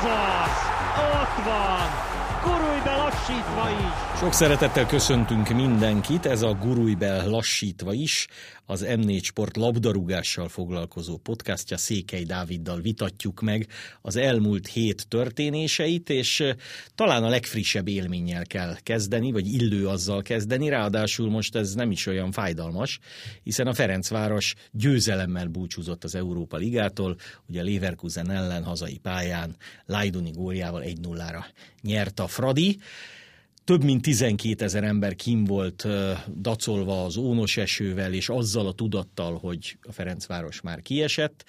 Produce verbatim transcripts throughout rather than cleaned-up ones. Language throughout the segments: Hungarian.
az! Ott van! Gurulj be lassítva is! Sok szeretettel köszöntünk mindenkit, ez a Gurulj be lassítva is, az em négy Sport labdarúgással foglalkozó podcastja. Székely Dáviddal vitatjuk meg az elmúlt hét történéseit, és talán a legfrissebb élménnyel kell kezdeni, vagy illő azzal kezdeni, ráadásul most ez nem is olyan fájdalmas, hiszen a Ferencváros győzelemmel búcsúzott az Európa Ligától, ugye a Leverkusen ellen hazai pályán Lajduni góljával egy nullára nyert a Fradi. Több mint tizenkétezer ember kim volt dacolva az ónos esővel, és azzal a tudattal, hogy a Ferencváros már kiesett,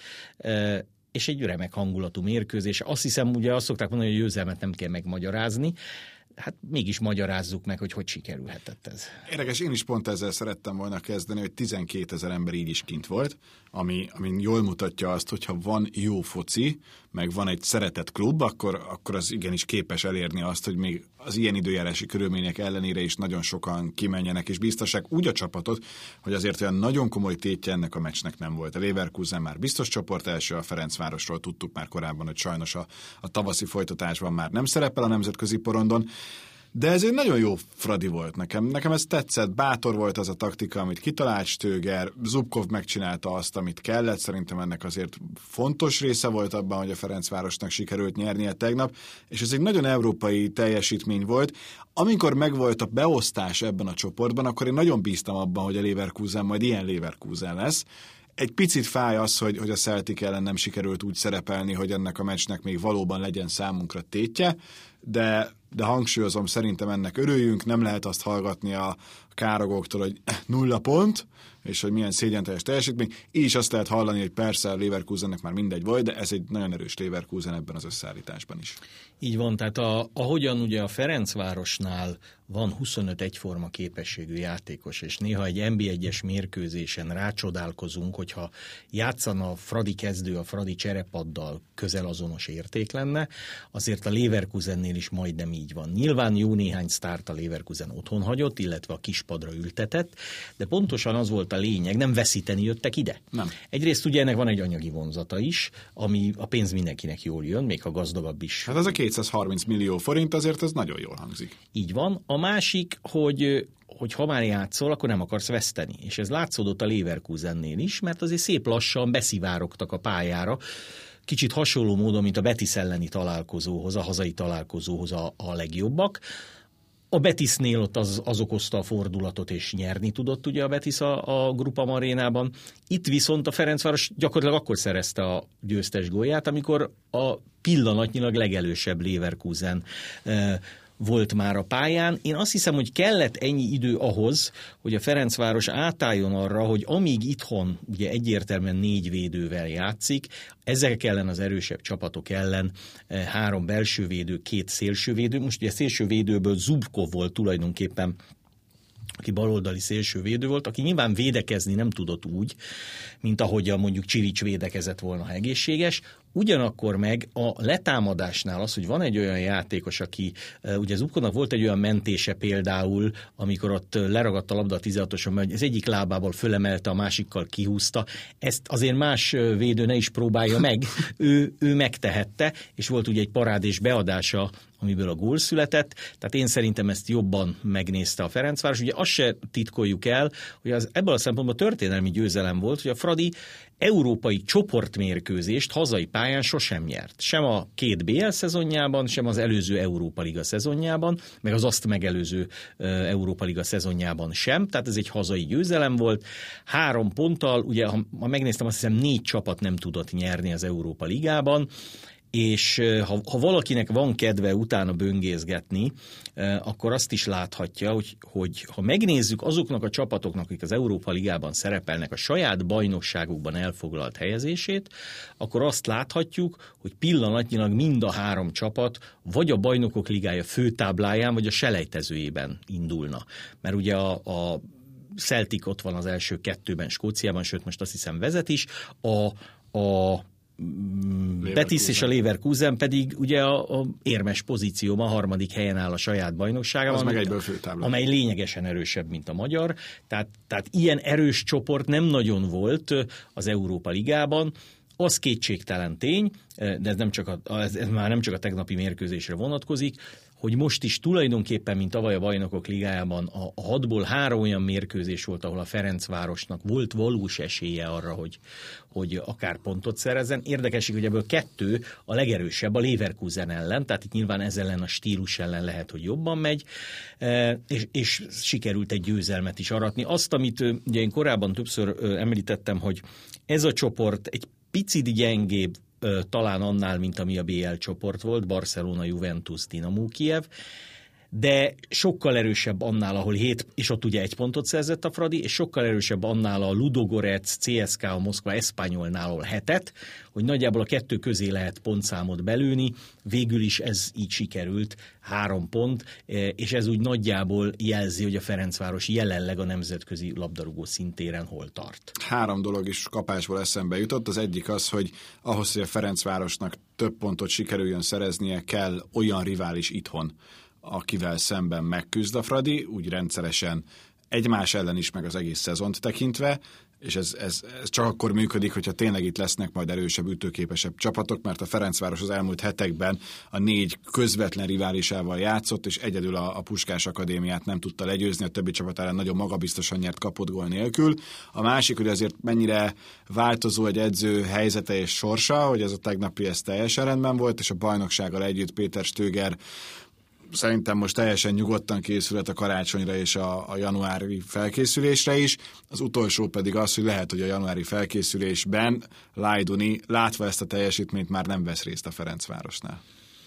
és egy remek hangulatú mérkőzés. Azt hiszem, ugye azt szokták mondani, hogy a győzelmet nem kell megmagyarázni, hát mégis magyarázzuk meg, hogy hogy sikerülhetett ez. Érdekes, én is pont ezzel szerettem volna kezdeni, hogy tizenkétezer ember így is kint volt, ami, ami jól mutatja azt, hogyha van jó foci, meg van egy szeretett klub, akkor, akkor az igenis képes elérni azt, hogy még az ilyen időjárási körülmények ellenére is nagyon sokan kimenjenek, és biztosak úgy a csapatot, hogy azért olyan nagyon komoly tétje ennek a meccsnek nem volt. A Leverkusen már biztos csoport első, a Ferencvárosról tudtuk már korábban, hogy sajnos a, a tavaszi folytatásban már nem szerepel a nemzetközi porondon. De ez egy nagyon jó Fradi volt nekem. Nekem ez tetszett, bátor volt az a taktika, amit kitalált Stöger, Zubkov megcsinálta azt, amit kellett. Szerintem ennek azért fontos része volt abban, hogy a Ferencvárosnak sikerült nyernie tegnap, és ez egy nagyon európai teljesítmény volt. Amikor megvolt a beosztás ebben a csoportban, akkor én nagyon bíztam abban, hogy a Leverkusen majd ilyen Leverkusen lesz. Egy picit fáj az, hogy, hogy a Celtic ellen nem sikerült úgy szerepelni, hogy ennek a meccsnek még valóban legyen számunkra tétje, de, de hangsúlyozom, szerintem ennek örüljünk, nem lehet azt hallgatni a károgóktól, hogy nulla pont, és hogy milyen szégyenteljes teljesítmény. Így is azt lehet hallani, hogy persze a Leverkusennek már mindegy volt, de ez egy nagyon erős Leverkusen ebben az összeállításban is. Így van, tehát a, ahogyan ugye a Ferencvárosnál van huszonöt egyforma képességű játékos, és néha egy en bé egyes mérkőzésen rácsodálkozunk, hogyha játszana a Fradi kezdő a Fradi cserepaddal közel azonos érték lenne, azért a Leverkusennél is majdnem így van. Nyilván jó néhány sztárt a Leverkusen otthon hagyott, illetve a kispadra ültetett, de pontosan az volt a lényeg, nem veszíteni jöttek ide. Nem. Egyrészt ugye ennek van egy anyagi vonzata is, ami a pénz mindenkinek jól jön, még a gazdagabb is. Hát az a kétszázharminc millió forint, azért ez nagyon jól hangzik. Így van. A másik, hogy, hogy ha már játszol, akkor nem akarsz veszteni. És ez látszódott a Leverkusennél is, mert azért szép lassan beszivárogtak a pályára, kicsit hasonló módon, mint a Betis elleni találkozóhoz, a hazai találkozóhoz a, a legjobbak. A Betisnél ott az, az okozta a fordulatot, és nyerni tudott ugye a Betis a, a Groupama arénában. Itt viszont a Ferencváros gyakorlatilag akkor szerezte a győztes gólját, amikor a pillanatnyilag legelősebb Leverkusen e, volt már a pályán. Én azt hiszem, hogy kellett ennyi idő ahhoz, hogy a Ferencváros átálljon arra, hogy amíg itthon ugye egyértelműen négy védővel játszik, ezek ellen az erősebb csapatok ellen három belső védő, két szélső védő. Most ugye szélső védőből Zubkov volt tulajdonképpen, aki baloldali szélső védő volt, aki nyilván védekezni nem tudott úgy, mint ahogy a mondjuk Csirics védekezett volna, ha egészséges. Ugyanakkor meg a letámadásnál az, hogy van egy olyan játékos, aki, ugye Zubkovnak volt egy olyan mentése például, amikor ott leragadt a labda a tizenhatoson, mert az egyik lábával fölemelte, a másikkal kihúzta. Ezt azért más védő ne is próbálja meg, ő, ő megtehette, és volt ugye egy parádés beadása, amiből a gól született, tehát én szerintem ezt jobban megnézte a Ferencváros. Ugye azt se titkoljuk el, hogy az ebből a szempontból történelmi győzelem volt, hogy a Fradi európai csoportmérkőzést hazai pályán sosem nyert. Sem a két bé el szezonjában, sem az előző Európa Liga szezonjában, meg az azt megelőző uh, Európa Liga szezonjában sem, tehát ez egy hazai győzelem volt. Három ponttal, ugye ha, ha megnéztem, azt hiszem négy csapat nem tudott nyerni az Európa Ligában, és ha, ha valakinek van kedve utána böngészgetni, akkor azt is láthatja, hogy, hogy ha megnézzük azoknak a csapatoknak, akik az Európa Ligában szerepelnek, a saját bajnokságukban elfoglalt helyezését, akkor azt láthatjuk, hogy pillanatnyilag mind a három csapat vagy a Bajnokok Ligája főtábláján, vagy a selejtezőjében indulna. Mert ugye a, a Celtic ott van az első kettőben Skóciában, sőt most azt hiszem vezet is, a, a Betis és a Leverkusen pedig ugye a, a érmes pozícióban, a harmadik helyen áll a saját bajnokságában, meg egyből főtáblán, amely lényegesen erősebb, mint a magyar. Tehát, tehát ilyen erős csoport nem nagyon volt az Európa Ligában. Az kétségtelen tény, de ez, nem csak a, ez, ez már nem csak a tegnapi mérkőzésre vonatkozik, hogy most is tulajdonképpen, mint tavaly a Bajnokok Ligájában, a, a hatból három olyan mérkőzés volt, ahol a Ferencvárosnak volt valós esélye arra, hogy, hogy akár pontot szerezzen. Érdekes, hogy ebből kettő a legerősebb a Leverkusen ellen, tehát itt nyilván ez ellen a stílus ellen lehet, hogy jobban megy, és, és sikerült egy győzelmet is aratni. Azt, amit ugye én korábban többször említettem, hogy ez a csoport egy picit gyengébb talán annál, mint ami a bé el csoport volt, Barcelona, Juventus, Dinamo Kijev, de sokkal erősebb annál, ahol hét, és ott ugye egy pontot szerzett a Fradi, és sokkal erősebb annál a Ludogorets, cé es ká, a Moszkva, Espanyolnál, ahol hetet, hogy nagyjából a kettő közé lehet pontszámot belőni, végül is ez így sikerült, három pont, és ez úgy nagyjából jelzi, hogy a Ferencváros jelenleg a nemzetközi labdarúgó szintéren hol tart. Három dolog is kapásból eszembe jutott, az egyik az, hogy ahhoz, hogy a Ferencvárosnak több pontot sikerüljön szereznie, kell olyan rivális itthon, akivel szemben megküzd a Fradi, úgy rendszeresen egymás ellen is, meg az egész szezont tekintve, és ez, ez, ez csak akkor működik, hogyha tényleg itt lesznek majd erősebb, ütőképesebb csapatok, mert a Ferencváros az elmúlt hetekben a négy közvetlen riválisával játszott, és egyedül a, a Puskás Akadémiát nem tudta legyőzni, a többi csapat ellen nagyon magabiztosan nyert kapott gól nélkül. A másik, hogy azért mennyire változó egy edző helyzete és sorsa, hogy ez a tegnapi ez teljesen rendben volt, és a bajnoksággal együtt Péter Stöger szerintem most teljesen nyugodtan készülhet a karácsonyra és a, a januári felkészülésre is. Az utolsó pedig az, hogy lehet, hogy a januári felkészülésben Lajduni látva ezt a teljesítményt már nem vesz részt a Ferencvárosnál.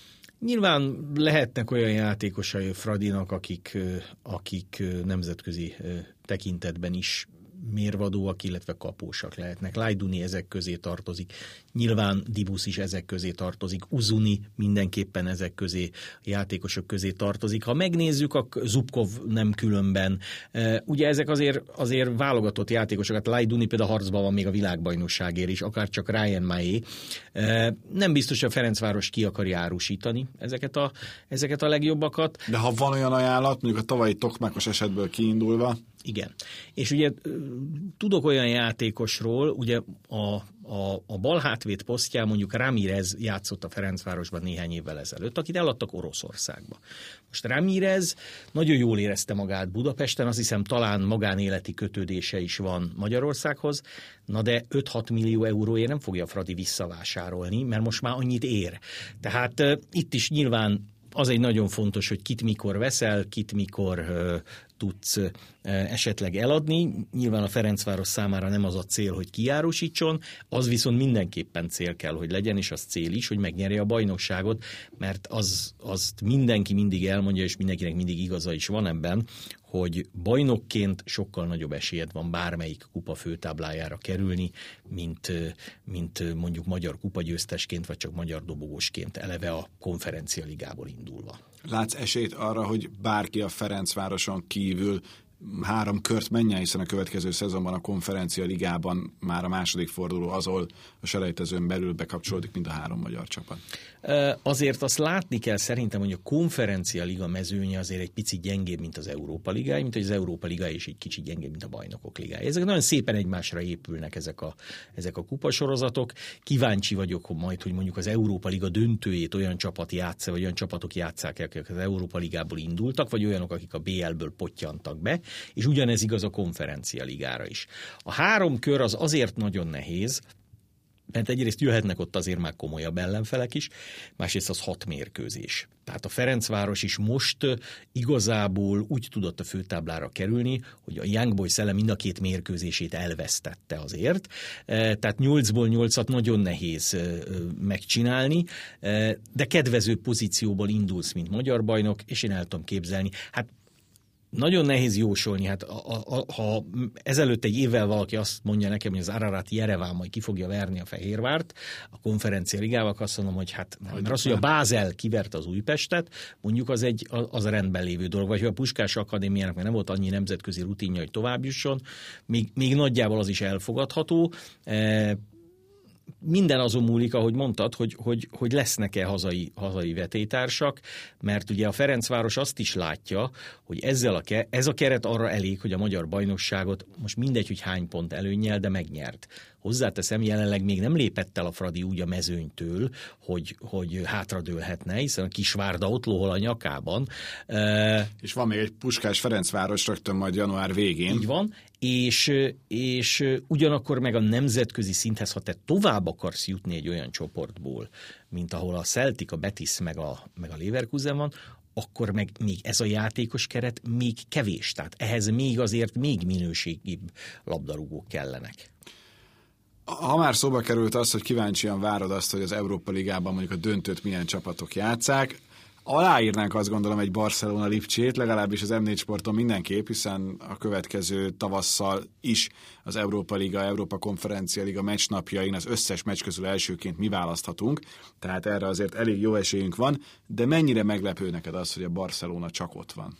Nyilván lehetnek olyan játékosai Fradinak, akik, akik nemzetközi tekintetben is mérvadóak, illetve kapósak lehetnek. Lajduni ezek közé tartozik, nyilván Dibusz is ezek közé tartozik, Uzuni mindenképpen ezek közé, a játékosok közé tartozik. Ha megnézzük, a Zubkov nem különben. Ugye ezek azért, azért válogatott játékosok, hát Lajduni például harcban van még a világbajnokságért is, akár csak Ryan Maé. Nem biztos, hogy a Ferencváros ki akarja árusítani ezeket a, ezeket a legjobbakat. De ha van olyan ajánlat, mondjuk a tavalyi Tokmákos esetből kiindulva, igen. És ugye tudok olyan játékosról, ugye a, a, a bal hátvéd posztján mondjuk Ramírez játszott a Ferencvárosban néhány évvel ezelőtt, akit eladtak Oroszországba. Most Ramírez nagyon jól érezte magát Budapesten, azt hiszem talán magánéleti kötődése is van Magyarországhoz, na de öt-hat millió euróért nem fogja Fradi visszavásárolni, mert most már annyit ér. Tehát uh, itt is nyilván az egy nagyon fontos, hogy kit mikor veszel, kit mikor uh, tudsz uh, esetleg eladni. Nyilván a Ferencváros számára nem az a cél, hogy kiárusítson, az viszont mindenképpen cél kell, hogy legyen, és az cél is, hogy megnyerje a bajnokságot, mert az, azt mindenki mindig elmondja, és mindenkinek mindig igaza is van ebben, hogy bajnokként sokkal nagyobb esélyed van bármelyik kupa főtáblájára kerülni, mint, mint mondjuk magyar kupagyőztesként, vagy csak magyar dobogósként, eleve a Konferencia Ligából indulva. Látsz esélyt arra, hogy bárki a Ferencvároson kívül három kört menjen, hiszen a következő szezonban a Konferencia Ligában már a második forduló az, ahol a selejtezőn belül bekapcsolódik mind a három magyar csapat. Azért azt látni kell szerintem, hogy a Konferencia Liga mezőnye azért egy picit gyengébb, mint az Európa Ligája, mint hogy az Európa Ligája is egy kicsit gyengébb, mint a Bajnokok Ligája. Ezek nagyon szépen egymásra épülnek ezek a, ezek a kupasorozatok. Kíváncsi vagyok majd, hogy mondjuk az Európa Liga döntőjét olyan csapat játssza, vagy olyan csapatok játsszák, akik az Európa Ligából indultak, vagy olyanok, akik a bé el-ből pottyantak be, és ugyanez igaz a Konferencia Ligára is. A három kör az azért nagyon nehéz, mert egyrészt jöhetnek ott azért már komolyabb ellenfelek is, másrészt az hat mérkőzés. Tehát a Ferencváros is most igazából úgy tudott a főtáblára kerülni, hogy a Young Boys ellen mind a két mérkőzését elvesztette azért. Tehát nyolcból nyolcat nagyon nehéz megcsinálni, de kedvező pozícióból indulsz, mint magyar bajnok, és én el tudom képzelni. Hát nagyon nehéz jósolni, hát a, a, ha ezelőtt egy évvel valaki azt mondja nekem, hogy az Ararat Jereván majd ki fogja verni a Fehérvárt a Konferencia Ligával, azt mondom, hogy hát nem, mert az, hogy a Bázel kiverte az Újpestet, mondjuk az egy az a rendben lévő dolog, vagy hogy a Puskás Akadémiának nem volt annyi nemzetközi rutinja, hogy tovább jusson, még, még nagyjából az is elfogadható. E, Minden azon múlik, ahogy mondtad, hogy, hogy, hogy lesznek-e hazai, hazai vetélytársak, mert ugye a Ferencváros azt is látja, hogy ezzel a, ez a keret arra elég, hogy a magyar bajnokságot most mindegy, hogy hány pont előnnyel, de megnyert. Hozzáteszem, jelenleg még nem lépett el a Fradi úgy a mezőnytől, hogy, hogy hátradőlhetne, hiszen a Kisvárda ott lóhol a nyakában. És van még egy Puskás-Ferencváros rögtön majd január végén. Így van, és, és ugyanakkor meg a nemzetközi szinthez, ha te tovább akarsz jutni egy olyan csoportból, mint ahol a Celtic, a Betis meg a, meg a Leverkusen van, akkor meg még ez a játékos keret még kevés. Tehát ehhez még azért még minőségibb labdarúgók kellenek. Ha már szóba került az, hogy kíváncsian várod azt, hogy az Európa Ligában mondjuk a döntőt milyen csapatok játsszák, aláírnánk azt gondolom egy Barcelona Lipcsét, legalábbis az em négy Sporton mindenképp, hiszen a következő tavasszal is az Európa Liga, Európa Konferencia Liga meccsnapjain az összes meccs közül elsőként mi választhatunk, tehát erre azért elég jó esélyünk van, de mennyire meglepő neked az, hogy a Barcelona csak ott van?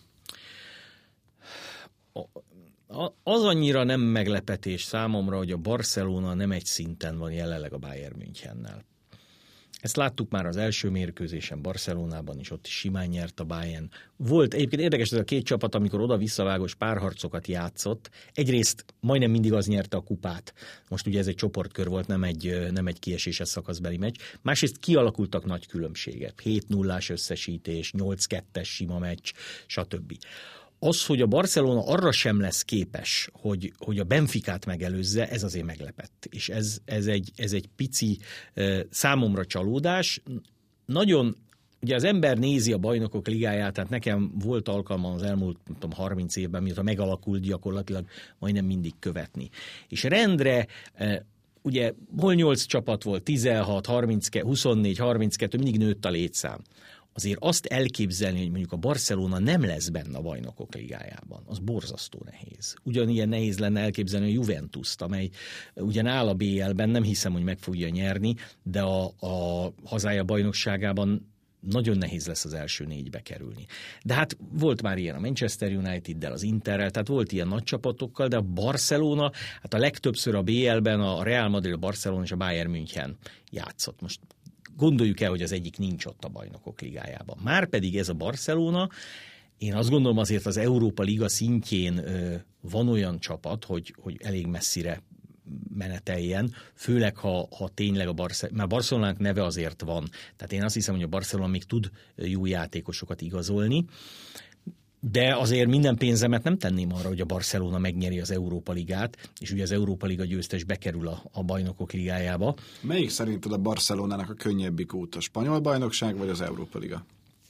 Az annyira nem meglepetés számomra, hogy a Barcelona nem egy szinten van jelenleg a Bayern Münchennel. Ezt láttuk már az első mérkőzésen Barcelonában is, ott is simán nyert a Bayern. Volt egyébként érdekes ez a két csapat, amikor oda-visszavágós párharcokat játszott. Egyrészt majdnem mindig az nyerte a kupát. Most ugye ez egy csoportkör volt, nem egy, nem egy kieséses szakaszbeli meccs. Másrészt kialakultak nagy különbségek. hét nullás összesítés, nyolc kettes sima meccs, stb. Az, hogy a Barcelona arra sem lesz képes, hogy, hogy a Benficát megelőzze, ez azért meglepett. És ez, ez, egy, ez egy pici számomra csalódás. Nagyon, ugye az ember nézi a Bajnokok Ligáját, tehát nekem volt alkalmam az elmúlt tudom, harminc évben, mióta megalakult gyakorlatilag majdnem mindig követni. És rendre ugye hol nyolc csapat volt, tizenhat, harminc, huszonnégy, harminckettő, mindig nőtt a létszám. Azért azt elképzelni, hogy mondjuk a Barcelona nem lesz benne a Bajnokok Ligájában, az borzasztó nehéz. Ugyanilyen nehéz lenne elképzelni a Juventust, amely ugyan áll a bé el-ben, nem hiszem, hogy meg fogja nyerni, de a, a hazája bajnokságában nagyon nehéz lesz az első négybe kerülni. De hát volt már ilyen a Manchester United-del, az Interrel, tehát volt ilyen nagy csapatokkal, de a Barcelona, hát a legtöbbször a bé el-ben a Real Madrid, a Barcelona és a Bayern München játszott. Most gondoljuk el, hogy az egyik nincs ott a Bajnokok Ligájában. Márpedig ez a Barcelona, én azt gondolom azért az Európa Liga szintjén van olyan csapat, hogy, hogy elég messzire meneteljen, főleg ha, ha tényleg a Barcelona, mert Barcelonának neve azért van. Tehát én azt hiszem, hogy a Barcelona még tud jó játékosokat igazolni, de azért minden pénzemet nem tenném arra, hogy a Barcelona megnyeri az Európa Ligát, és ugye az Európa Liga győztes bekerül a, a Bajnokok Ligájába. Melyik szerinted a Barcelonának a könnyebbik út? A spanyol bajnokság vagy az Európa Liga?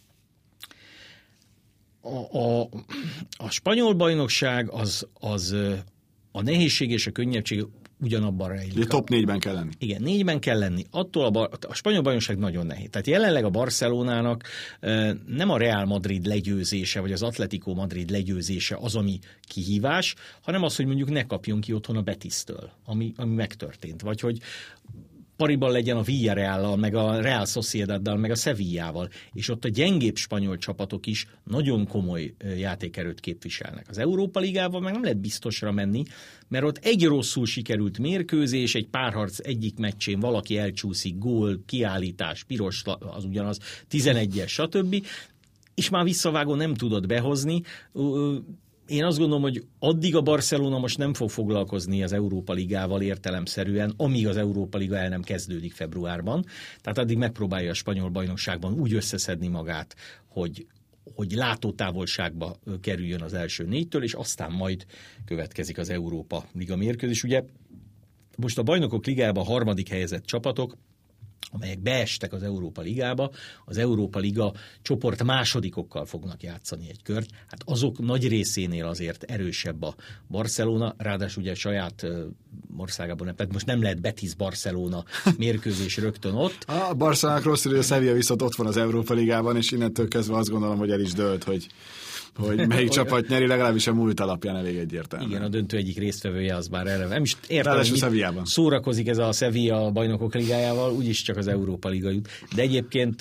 A, a, a spanyol bajnokság az, az a nehézség és a könnyebbség ugyanabban rejlik. Top négyben kell lenni. Igen, négyben kell lenni. Attól a, bar, a spanyol bajnokság nagyon nehéz. Tehát jelenleg a Barcelonának nem a Real Madrid legyőzése, vagy az Atletico Madrid legyőzése az, ami kihívás, hanem az, hogy mondjuk ne kapjon ki otthon a Betisztől, ami, ami megtörtént. Vagy hogy pariban legyen a Villarreallal, meg a Real Sociedaddal, meg a Sevillával, és ott a gyengébb spanyol csapatok is nagyon komoly játékerőt képviselnek. Az Európa Ligában meg nem lehet biztosra menni, mert ott egy rosszul sikerült mérkőzés, egy párharc egyik meccsén valaki elcsúszik, gól, kiállítás, piros, az ugyanaz, tizenegyes, stb., és már visszavágó nem tudod behozni. Én azt gondolom, hogy addig a Barcelona most nem fog foglalkozni az Európa Ligával értelemszerűen, amíg az Európa Liga el nem kezdődik februárban. Tehát addig megpróbálja a spanyol bajnokságban úgy összeszedni magát, hogy, hogy látótávolságba kerüljön az első négytől, és aztán majd következik az Európa Liga mérkőzés. Ugye most a Bajnokok Ligájában a harmadik helyezett csapatok, amelyek beestek az Európa Ligába, az Európa Liga csoport másodikokkal fognak játszani egy kört. Hát azok nagy részénél azért erősebb a Barcelona, ráadásul ugye saját országában, tehát most nem lehet Betis-Barcelona mérkőzés rögtön ott. A Barcelonának rossz, hogy a Sevilla viszont ott van az Európa Ligában, és innentől kezdve azt gondolom, hogy el is dőlt, hogy hogy melyik csapat nyeri, legalábbis a múlt alapján elég egyértelmű. Igen, a döntő egyik résztvevője az bár erre. Nem is értem, hogy szórakozik ez a Sevilla Bajnokok Ligájával, úgyis csak az Európa Liga jut. De egyébként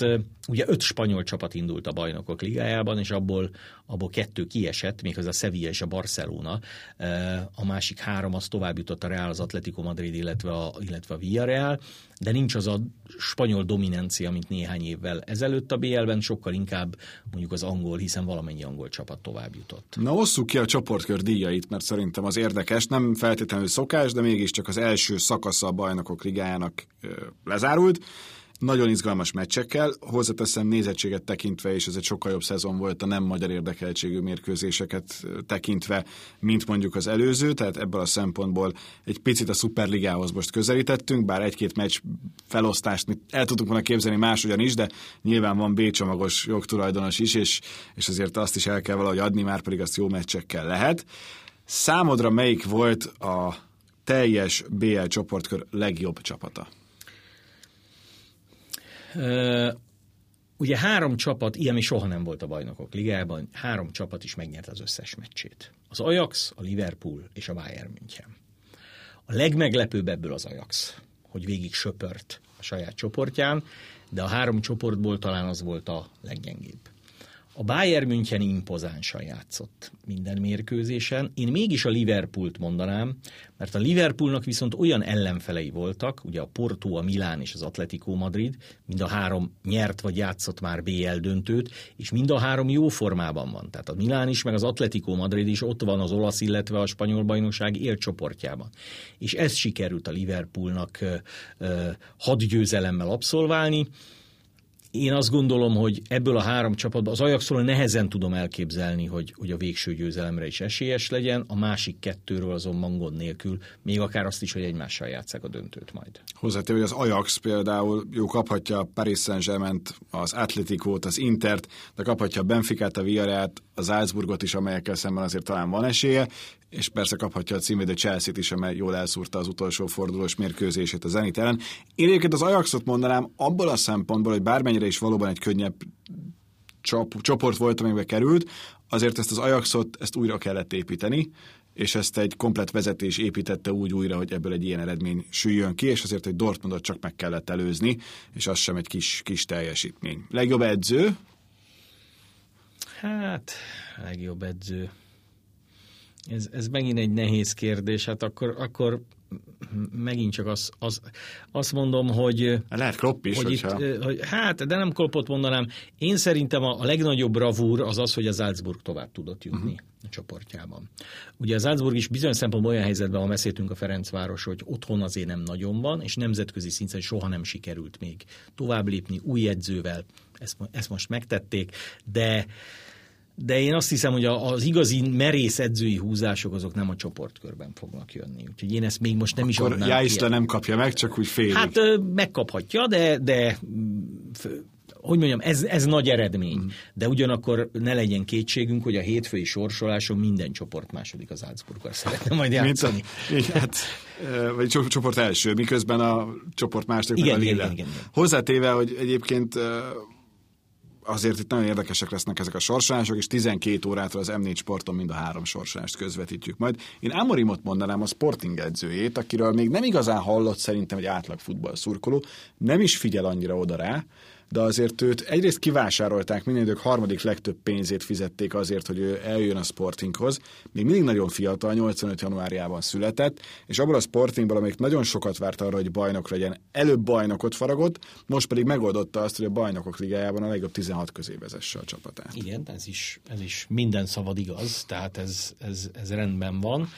Ugye öt spanyol csapat indult a Bajnokok Ligájában, és abból, abból kettő kiesett, méghozzá a Sevilla és a Barcelona. A másik három az tovább jutott, a Real, az Atlético Madrid, illetve a, illetve a Villarreal, de nincs az a spanyol dominancia, mint néhány évvel ezelőtt a bé el-ben, sokkal inkább mondjuk az angol, hiszen valamennyi angol csapat tovább jutott. Na, osszuk ki a csoportkör díjait, mert szerintem az érdekes, nem feltétlenül szokás, de mégiscsak az első szakasza a Bajnokok Ligájának ö, lezárult. Nagyon izgalmas meccsekkel, hozzáteszem nézettséget tekintve, és ez egy sokkal jobb szezon volt a nem magyar érdekeltségű mérkőzéseket tekintve, mint mondjuk az előző, tehát ebből a szempontból egy picit a Szuperligához most közelítettünk, bár egy-két meccs felosztást mi el tudunk volna képzelni máshogyan is, de nyilván van B-csomagos jogtulajdonos is, és, és azért azt is el kell valahogy adni, már pedig azt jó meccsekkel lehet. Számodra melyik volt a teljes bé el csoportkör legjobb csapata? Uh, ugye három csapat, ilyen még soha nem volt a Bajnokok Ligájában, három csapat is megnyerte az összes meccsét. Az Ajax, a Liverpool és a Bayern München. A legmeglepőbb ebből az Ajax, hogy végig söpört a saját csoportján, de a három csoportból talán az volt a leggyengébb. A Bayern München impozánsan játszott minden mérkőzésen. Én mégis a Liverpoolt mondanám, mert a Liverpoolnak viszont olyan ellenfelei voltak, ugye a Porto, a Milán és az Atlético Madrid, mind a három nyert vagy játszott már bé el döntőt, és mind a három jó formában van. Tehát a Milán is, meg az Atlético Madrid is ott van az olasz, illetve a spanyol bajnokság élcsoportjában. És ez sikerült a Liverpoolnak ö, ö, hat győzelemmel abszolválni. Én azt gondolom, hogy ebből a három csapatból az Ajaxról nehezen tudom elképzelni, hogy, hogy a végső győzelemre is esélyes legyen, a másik kettőről azonban gond nélkül, még akár azt is, hogy egymással játsszák a döntőt majd. Hozzátéve, hogy az Ajax például jó kaphatja a Paris Saint-Germaint, az Atléticót, az Intert, de kaphatja a Benficát, a Villarrealt, a Salzburgot is, amelyekkel szemben azért talán van esélye, és persze kaphatja a címvédő Chelsea-t is, amely jól elszúrta az utolsó fordulós mérkőzését a Zenit ellen. Én egyébként az Ajaxot mondanám abból a szempontból, hogy bármennyire is valóban egy könnyebb csop, csoport volt, amiben került, azért ezt az Ajaxot ezt újra kellett építeni, és ezt egy komplett vezetés építette úgy újra, hogy ebből egy ilyen eredmény süljön ki, és azért egy Dortmundot csak meg kellett előzni, és az sem egy kis, kis teljesítmény. Legjobb edző? Hát, legjobb edző. Ez, ez megint egy nehéz kérdés, hát akkor, akkor megint csak az, az, azt mondom, hogy... Lehet Klopp is, hogy hogyha... itt, hogy, hát, de nem Kloppot mondanám. Én szerintem a, a legnagyobb bravúr az az, hogy a Salzburg tovább tudott jutni uh-huh. a csoportjában. Ugye a Salzburg is bizonyos szempontból olyan helyzetben, ha beszéltünk a Ferencváros, hogy otthon azért nem nagyon van, és nemzetközi szinten soha nem sikerült még tovább lépni új edzővel. Ezt, ezt most megtették, de De én azt hiszem, hogy az igazi merész edzői húzások azok nem a csoportkörben fognak jönni. Úgyhogy én ezt még most nem Akkor is adnám. Jáiszta nem kapja meg, csak úgy félig. Hát megkaphatja, de, de hogy mondjam, ez, ez nagy eredmény. Mm. De ugyanakkor ne legyen kétségünk, hogy a hétfői sorsoláson minden csoport második az Salzburggal szeretne majd játszani. Mint a, hát, vagy csoport első, miközben a csoport második igen, meg a igen, Lille. igen, igen. Hozzátéve, hogy egyébként azért itt nagyon érdekesek lesznek ezek a sorsolások, és tizenkét órától az em négy Sporton mind a három sorsolást közvetítjük majd. Én Amorimot mondanám, a Sporting edzőjét, akiről még nem igazán hallott szerintem egy átlag futball szurkoló, nem is figyel annyira oda rá, de azért őt egyrészt kivásárolták, minden idők harmadik legtöbb pénzét fizették azért, hogy ő eljön a Sportinghoz. Még mindig nagyon fiatal, nyolcvanöt januárjában született, és abból a Sportingból, amelyik nagyon sokat várt arra, hogy bajnok legyen, előbb bajnokot faragott, most pedig megoldotta azt, hogy a Bajnokok Ligájában a legjobb tizenhat közé vezesse a csapatát. Igen, ez is, ez is minden szavad igaz, tehát ez, ez, ez rendben van,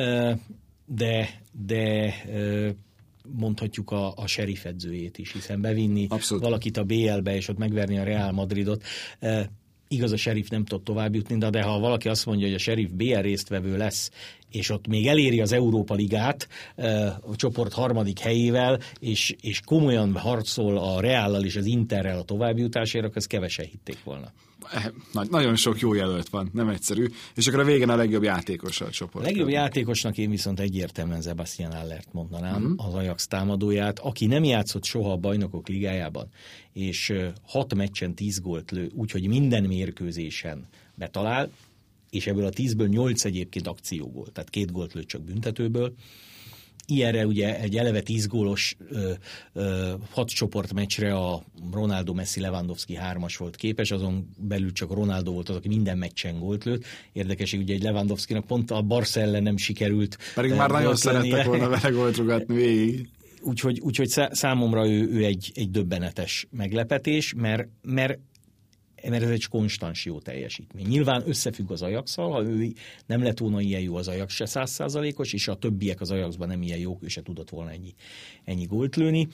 de, de mondhatjuk a, a Sheriff edzőjét is, hiszen bevinni Abszolút. valakit a bé el-be, és ott megverni a Real Madridot. E, igaz, a Sheriff nem tud tovább jutni, de, de ha valaki azt mondja, hogy a Sheriff bé el résztvevő lesz, és ott még eléri az Európa Ligát e, a csoport harmadik helyével, és, és komolyan harcol a Reállal és az Interrel a továbbjutásért, akkor ezt kevesen hitték volna. Nagyon sok jó jelölt van, nem egyszerű. És akkor a végén a legjobb játékos a csoport. A legjobb játékosnak én viszont egyértelműen Sebastian Allert mondanám, mm. az Ajax támadóját, aki nem játszott soha a Bajnokok Ligájában, és hat meccsen tíz gólt lő, úgyhogy minden mérkőzésen betalál, és ebből a tízből nyolc egyébként akciógól, tehát két gólt lőtt csak büntetőből. ilyenre ugye egy eleve tíz gólos ö, ö, hat csoportmeccsre a Ronaldo, Messi, Lewandowski hármas volt képes, azon belül csak Ronaldo volt az, aki minden meccsen gólt lőtt. Érdekes, hogy ugye egy Lewandowskinak pont a Barca ellen nem sikerült. Pedig már nagyon szerettek volna vele gólt rúgatni végig. Úgyhogy, úgyhogy számomra ő, ő egy, egy döbbenetes meglepetés, mert, mert mert ez egy konstans jó teljesítmény. Nyilván összefügg az Ajax-szal, ha ő nem lett volna ilyen jó, az Ajax se száz százalékos, és a többiek az Ajaxban nem ilyen jók, ő se tudott volna ennyi, ennyi gólt lőni.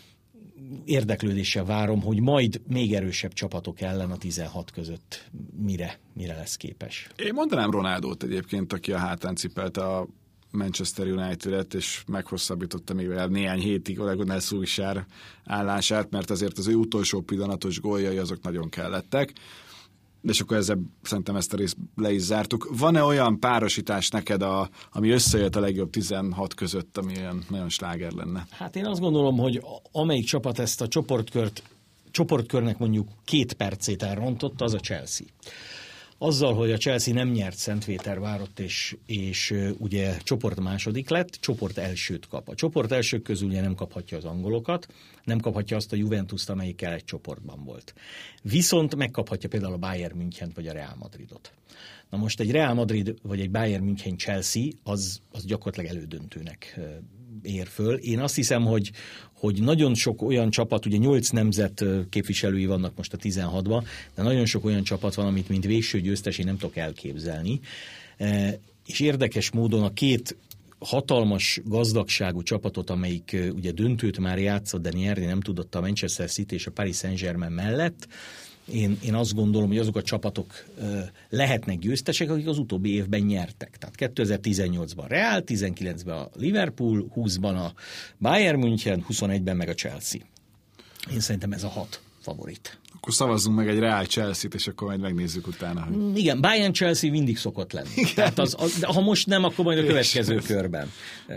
Érdeklődéssel várom, hogy majd még erősebb csapatok ellen a tizenhat között mire, mire lesz képes. Én mondanám Ronaldót egyébként, aki a hátán cipelte a Manchester United-et, és meghosszabbította még néhány hétig Ole Gunnar Solskjaer állását, mert azért az ő utolsó pillanatos góljai azok nagyon kellettek. És akkor ezzel szerintem ezt a részt le is zártuk. Van-e olyan párosítás neked, a, ami összejött a legjobb tizenhat között, ami olyan nagyon sláger lenne? Hát én azt gondolom, hogy amelyik csapat ezt a csoportkört, csoportkörnek mondjuk két percét elrontotta, az a Chelsea. Azzal, hogy a Chelsea nem nyert Szentpétervárot, és, és ugye csoport második lett, csoport elsőt kap. A csoport elsők közül ugye nem kaphatja az angolokat, nem kaphatja azt a Juventust, amelyikkel egy csoportban volt. Viszont megkaphatja például a Bayern Münchent vagy a Real Madridot. Na most egy Real Madrid vagy egy Bayern München Chelsea az, az gyakorlatilag elődöntőnek ér föl. Én azt hiszem, hogy, hogy nagyon sok olyan csapat, ugye nyolc nemzet képviselői vannak most a tizenhatban, de nagyon sok olyan csapat van, amit mint végső győztes én nem tudok elképzelni. És érdekes módon a két hatalmas gazdagságú csapatot, amelyik ugye döntőt már játszott, de nyerni nem tudott, a Manchester City és a Paris Saint-Germain mellett, Én, én azt gondolom, hogy azok a csapatok ö, lehetnek győztesek, akik az utóbbi évben nyertek. Tehát kétezer-tizennyolcban Real, tizenkilencben a Liverpool, húszban a Bayern München, huszonegyben meg a Chelsea. Én szerintem ez a hat favorit. Akkor szavazzunk meg egy Real Chelsea-t, és akkor majd megnézzük utána. Hogy... Igen, Bayern Chelsea mindig szokott lenni. Tehát az, az, ha most nem, akkor majd a következő körben.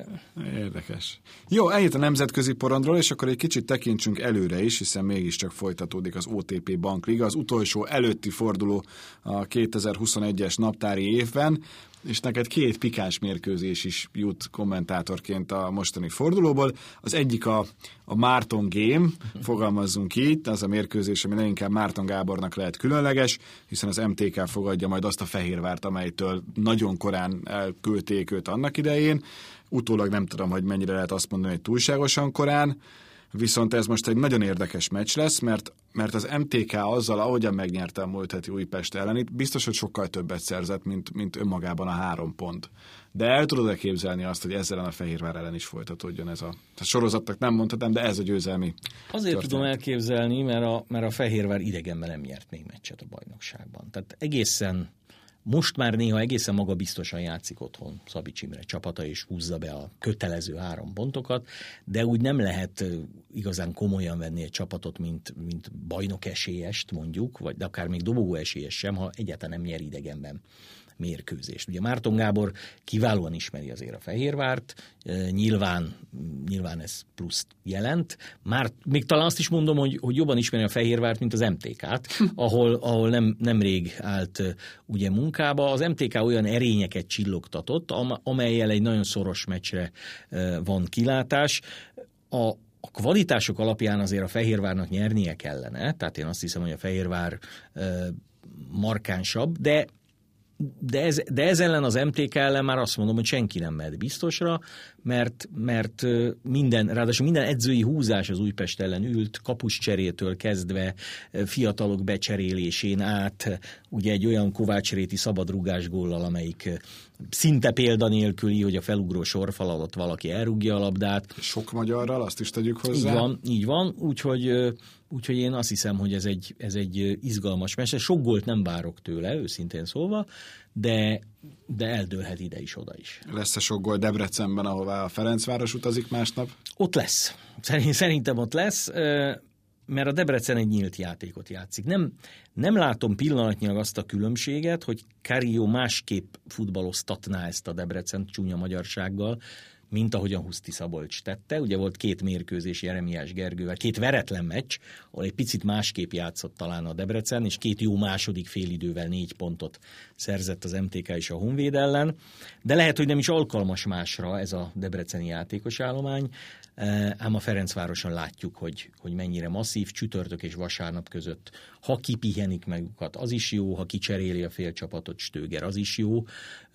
Érdekes. Jó, ennyit a nemzetközi porondról, és akkor egy kicsit tekintsünk előre is, hiszen mégiscsak folytatódik az o té pé Bankliga, az utolsó előtti forduló a kétezer-huszonegyes naptári évben, és neked két pikáns mérkőzés is jut kommentátorként a mostani fordulóból. Az egyik a, a Márton Game, fogalmazzunk így, az a mérkőzés, ami leginkább Márton Gábornak lehet különleges, hiszen az em té ká fogadja majd azt a Fehérvárt, amelytől nagyon korán elküldték őt annak idején. Utólag nem tudom, hogy mennyire lehet azt mondani, hogy túlságosan korán, viszont ez most egy nagyon érdekes meccs lesz, mert, mert az em té ká azzal, ahogyan megnyerte a múlt heti Újpest ellenit, biztos, hogy sokkal többet szerzett, mint, mint önmagában a három pont. De el tudod-e képzelni azt, hogy ezzel a Fehérvár ellen is folytatódjon ez a... a sorozatnak nem mondhatom, de ez a győzelmi Azért történet. tudom elképzelni, mert a, mert a Fehérvár idegenben nem nyert még meccset a bajnokságban. Tehát egészen... Most már néha egészen magabiztosan játszik otthon Szabics Imre csapata, és húzza be a kötelező három pontokat, de úgy nem lehet igazán komolyan venni egy csapatot, mint, mint bajnok esélyest mondjuk, vagy de akár még dobogó esélyes sem, ha egyáltalán nem nyer idegenben mérkőzést. Ugye Márton Gábor kiválóan ismeri azért a Fehérvárt, nyilván, nyilván ez pluszt jelent. Már még talán azt is mondom, hogy, hogy jobban ismeri a Fehérvárt, mint az em té ká-t, ahol, ahol nem, nemrég állt ugye munkába. Az em té ká olyan erényeket csillogtatott, amellyel egy nagyon szoros meccsre van kilátás. A A kvalitások alapján azért a Fehérvárnak nyernie kellene, tehát én azt hiszem, hogy a Fehérvár markánsabb, de De ez, de ez ellen az em té ká ellen már azt mondom, hogy senki nem mehet biztosra, mert, mert minden, ráadásul minden edzői húzás az Újpest ellen ült, kapuscserétől kezdve, fiatalok becserélésén át, ugye egy olyan Kovács-Réti szabadrugás góllal, amelyik szinte példanélküli, hogy a felugró sorfal alatt valaki elrúgja a labdát. Sok magyarral, azt is tegyük hozzá. Így van, így van, úgyhogy... Úgyhogy én azt hiszem, hogy ez egy, ez egy izgalmas meccs. Sok gólt nem várok tőle, őszintén szólva, de, de eldőlhet ide is, oda is. Lesz-e sok gól Debrecenben, ahová a Ferencváros utazik másnap? Ott lesz. Szerintem ott lesz, mert a Debrecen egy nyílt játékot játszik. Nem, nem látom pillanatnyilag azt a különbséget, hogy Carillo másképp futballoztatná ezt a Debrecen csúnya magyarsággal, mint ahogyan Huszti Szabolcs tette. Ugye volt két mérkőzés Jeremiás Gergővel, két veretlen meccs, ahol egy picit másképp játszott talán a Debrecen, és két jó második félidővel négy pontot szerzett az em té ká és a Honvéd ellen, de lehet, hogy nem is alkalmas másra ez a debreceni játékos állomány, ám a Ferencvároson látjuk, hogy, hogy mennyire masszív, csütörtök és vasárnap között. Ha kipihenik magukat, az is jó, ha kicseréli a félcsapatot Stöger, az is jó.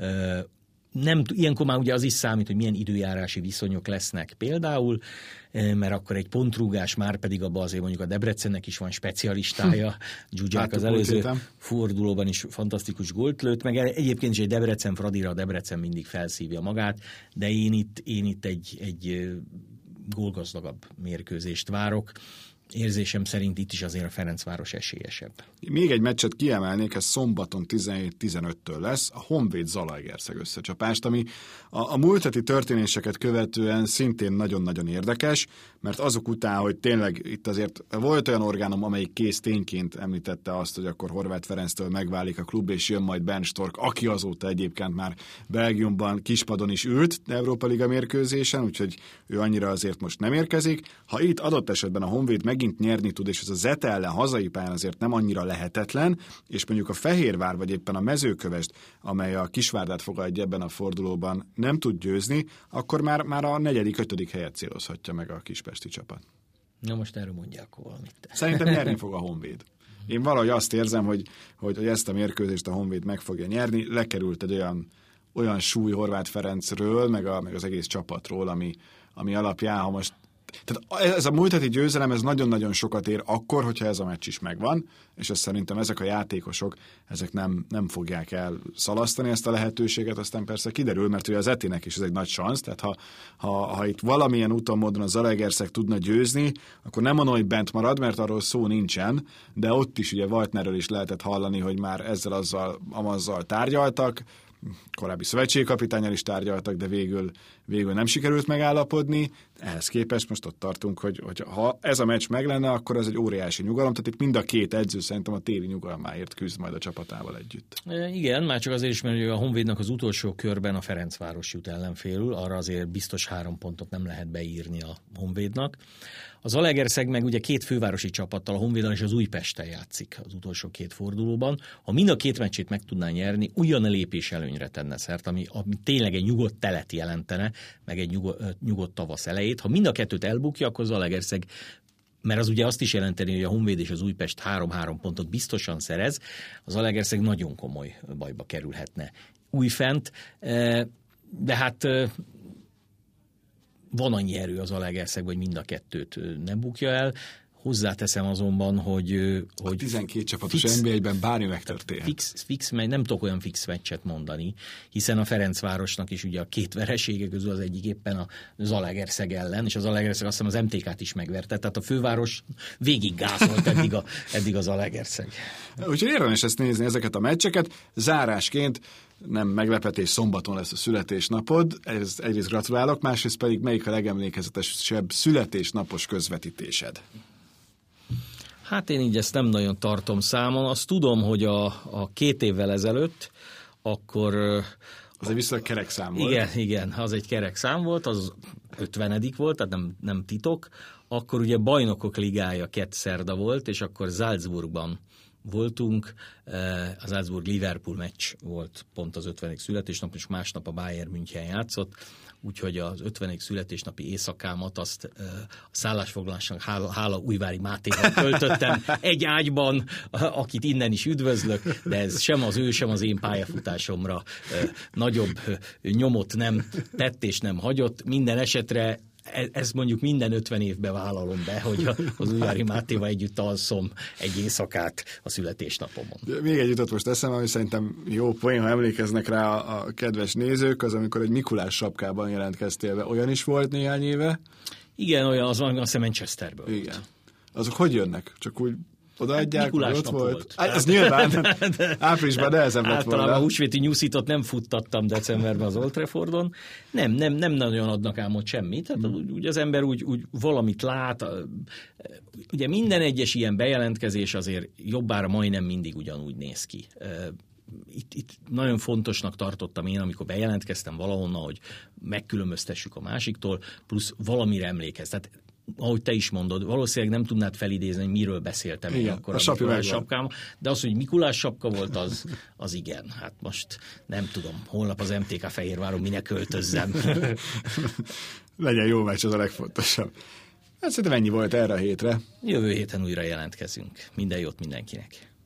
Nem, ilyenkor már ugye az is számít, hogy milyen időjárási viszonyok lesznek például, mert akkor egy pontrúgás, már pedig abban azért mondjuk a Debrecennek is van specialistája, Zsuzsák az előző fordulóban is fantasztikus gólt lőtt, meg egyébként is egy Debrecen Fradira, a Debrecen mindig felszívja magát, de én itt, én itt egy, egy gólgazdagabb mérkőzést várok. Érzésem szerint itt is azért a Ferencváros esélyesebb. Még egy meccset kiemelnék, ez szombaton tizenhét tizenöttől lesz, a Honvéd-Zalaegerszeg összecsapást, ami a, a múlt heti történéseket követően szintén nagyon-nagyon érdekes, mert azok után, hogy tényleg itt azért volt olyan orgánum, amelyik kész tényként említette azt, hogy akkor Horváth Ferenctől megválik a klub, és jön majd Bernd Stork, aki azóta egyébként már Belgiumban kispadon is ült Európa Liga mérkőzésen, úgyhogy ő annyira azért most nem érkezik. Ha itt adott esetben a Honvéd megint nyerni tud, és ez a Zete ellen hazai pályán azért nem annyira lehetetlen, és mondjuk a Fehérvár vagy éppen a Mezőkövesd, amely a Kisvárdát fogadja ebben a fordulóban, nem tud győzni, akkor már, már a negyedik, ötödik helyet célozhatja meg a kispesti csapat. Na most erről mondják valamit. Szerintem nyerni fog a Honvéd. Én valahogy azt érzem, hogy, hogy, hogy ezt a mérkőzést a Honvéd meg fogja nyerni. Lekerült egy olyan, olyan súly Horváth Ferencről, meg, a, meg az egész csapatról, ami, ami alapján, ha most tehát ez a múlt heti győzelem, ez nagyon-nagyon sokat ér akkor, hogyha ez a meccs is megvan, és ezt szerintem ezek a játékosok, ezek nem, nem fogják el szalasztani ezt a lehetőséget, aztán persze kiderül, mert ugye az Etinek is ez egy nagy szansz, tehát ha, ha, ha itt valamilyen úton, módon a Zalaegerszeg tudna győzni, akkor nem mondom, hogy bent marad, mert arról szó nincsen, de ott is ugye Waltnerről is lehetett hallani, hogy már ezzel azzal, amazzal tárgyaltak, korábbi szövetségkapitánnyal is tárgyaltak, de végül, végül nem sikerült megállapodni. Ehhez képest most ott tartunk, hogy, hogy ha ez a meccs meg lenne, akkor ez egy óriási nyugalom, tehát itt mind a két edző szerintem a téli nyugalmáért küzd majd a csapatával együtt. E, igen, már csak azért is, mert a Honvédnak az utolsó körben a Ferencváros jut ellenfélül, arra azért biztos három pontot nem lehet beírni a Honvédnak. Az Zalaegerszeg meg ugye két fővárosi csapattal, a Honvéddal és az Újpesten játszik az utolsó két fordulóban. Ha mind a két meccsét meg tudná nyerni, ugyan a lépés előnyre tenne szert, ami, ami tényleg egy nyugodt telet jelentene, meg egy nyugodt, nyugodt tavasz elejét. Ha mind a kettőt elbukja, akkor Zalaegerszeg, mert az ugye azt is jelenteni, hogy a Honvéd és az Újpest három-három pontot biztosan szerez, az Zalaegerszeg nagyon komoly bajba kerülhetne újfent, de hát van annyi erő az Zalaegerszegben, hogy mind a kettőt nem bukja el. Hozzáteszem azonban, hogy... hogy a tizenkét csapatos en bé egyben bármi megtörténhet. Fix, fix, nem tudok olyan fix meccset mondani, hiszen a Ferencvárosnak is ugye a két veresége közül az egyik éppen a Zalaegerszeg ellen, és az Zalaegerszeg azt hiszem az em té ká-t is megverte, tehát a főváros végig gázolt eddig, a, eddig az Zalaegerszeg. Úgyhogy érdemes ezt nézni, ezeket a meccseket. Zárásként nem meglepetés, szombaton lesz a születésnapod, ez egyrészt gratulálok, másrészt pedig melyik a legemlékezetesebb születésnapos közvetítésed? Hát én így ezt nem nagyon tartom számon. Azt tudom, hogy a, a két évvel ezelőtt, akkor... Az egy viszonylag kerek szám volt. Igen, igen, az egy kerek szám volt, az ötvenedik volt, tehát nem, nem titok. Akkor ugye Bajnokok Ligája kett szerda volt, és akkor Salzburgban voltunk, az Salzburg-Liverpool meccs volt pont az ötvenedik születésnap, és másnap a Bayern München játszott, úgyhogy az ötvenedik születésnapi éjszakámat azt a szállásfoglalásnak hála, hála Újvári Mátéval töltöttem egy ágyban, akit innen is üdvözlök, de ez sem az ő, sem az én pályafutásomra nagyobb nyomot nem tett és nem hagyott. Minden esetre ezt mondjuk minden ötven évben vállalom be, hogy az Újvári Mátéval együtt alszom egy éjszakát a születésnapomon. Még egy jutott most eszembe, ami szerintem jó poén, ha emlékeznek rá a, a kedves nézők, az amikor egy Mikulás sapkában jelentkeztél be. Olyan is volt néhány éve? Igen, olyan, az van, azt hiszem Manchesterben. Igen. Azok hogy jönnek? Csak úgy odaadják, hát hogy ott volt? volt. Á, ez nyilván áprilisban nehezebb lett volna. Általában a húsvéti nyuszítot nem futtattam decemberben az Old Traffordon. Nem, nem, nem nagyon adnak ám ott semmit. Tehát hmm. úgy, úgy az ember úgy, úgy valamit lát. Ugye minden egyes ilyen bejelentkezés azért jobbára majdnem mindig ugyanúgy néz ki. itt, itt nagyon fontosnak tartottam én, amikor bejelentkeztem valahonnan, hogy megkülönböztessük a másiktól, plusz valamire emlékezz. Tehát ahogy te is mondod, valószínűleg nem tudnád felidézni, hogy miről beszéltem én akkor a, a Mikulás sapkám, de az, hogy Mikulás sapka volt, az, az igen. Hát most nem tudom, holnap az em té ká Fehérváron minek költözzem. Legyen jó meccs, az a legfontosabb. Hát szerintem ennyi volt erre a hétre. Jövő héten újra jelentkezünk. Minden jót mindenkinek.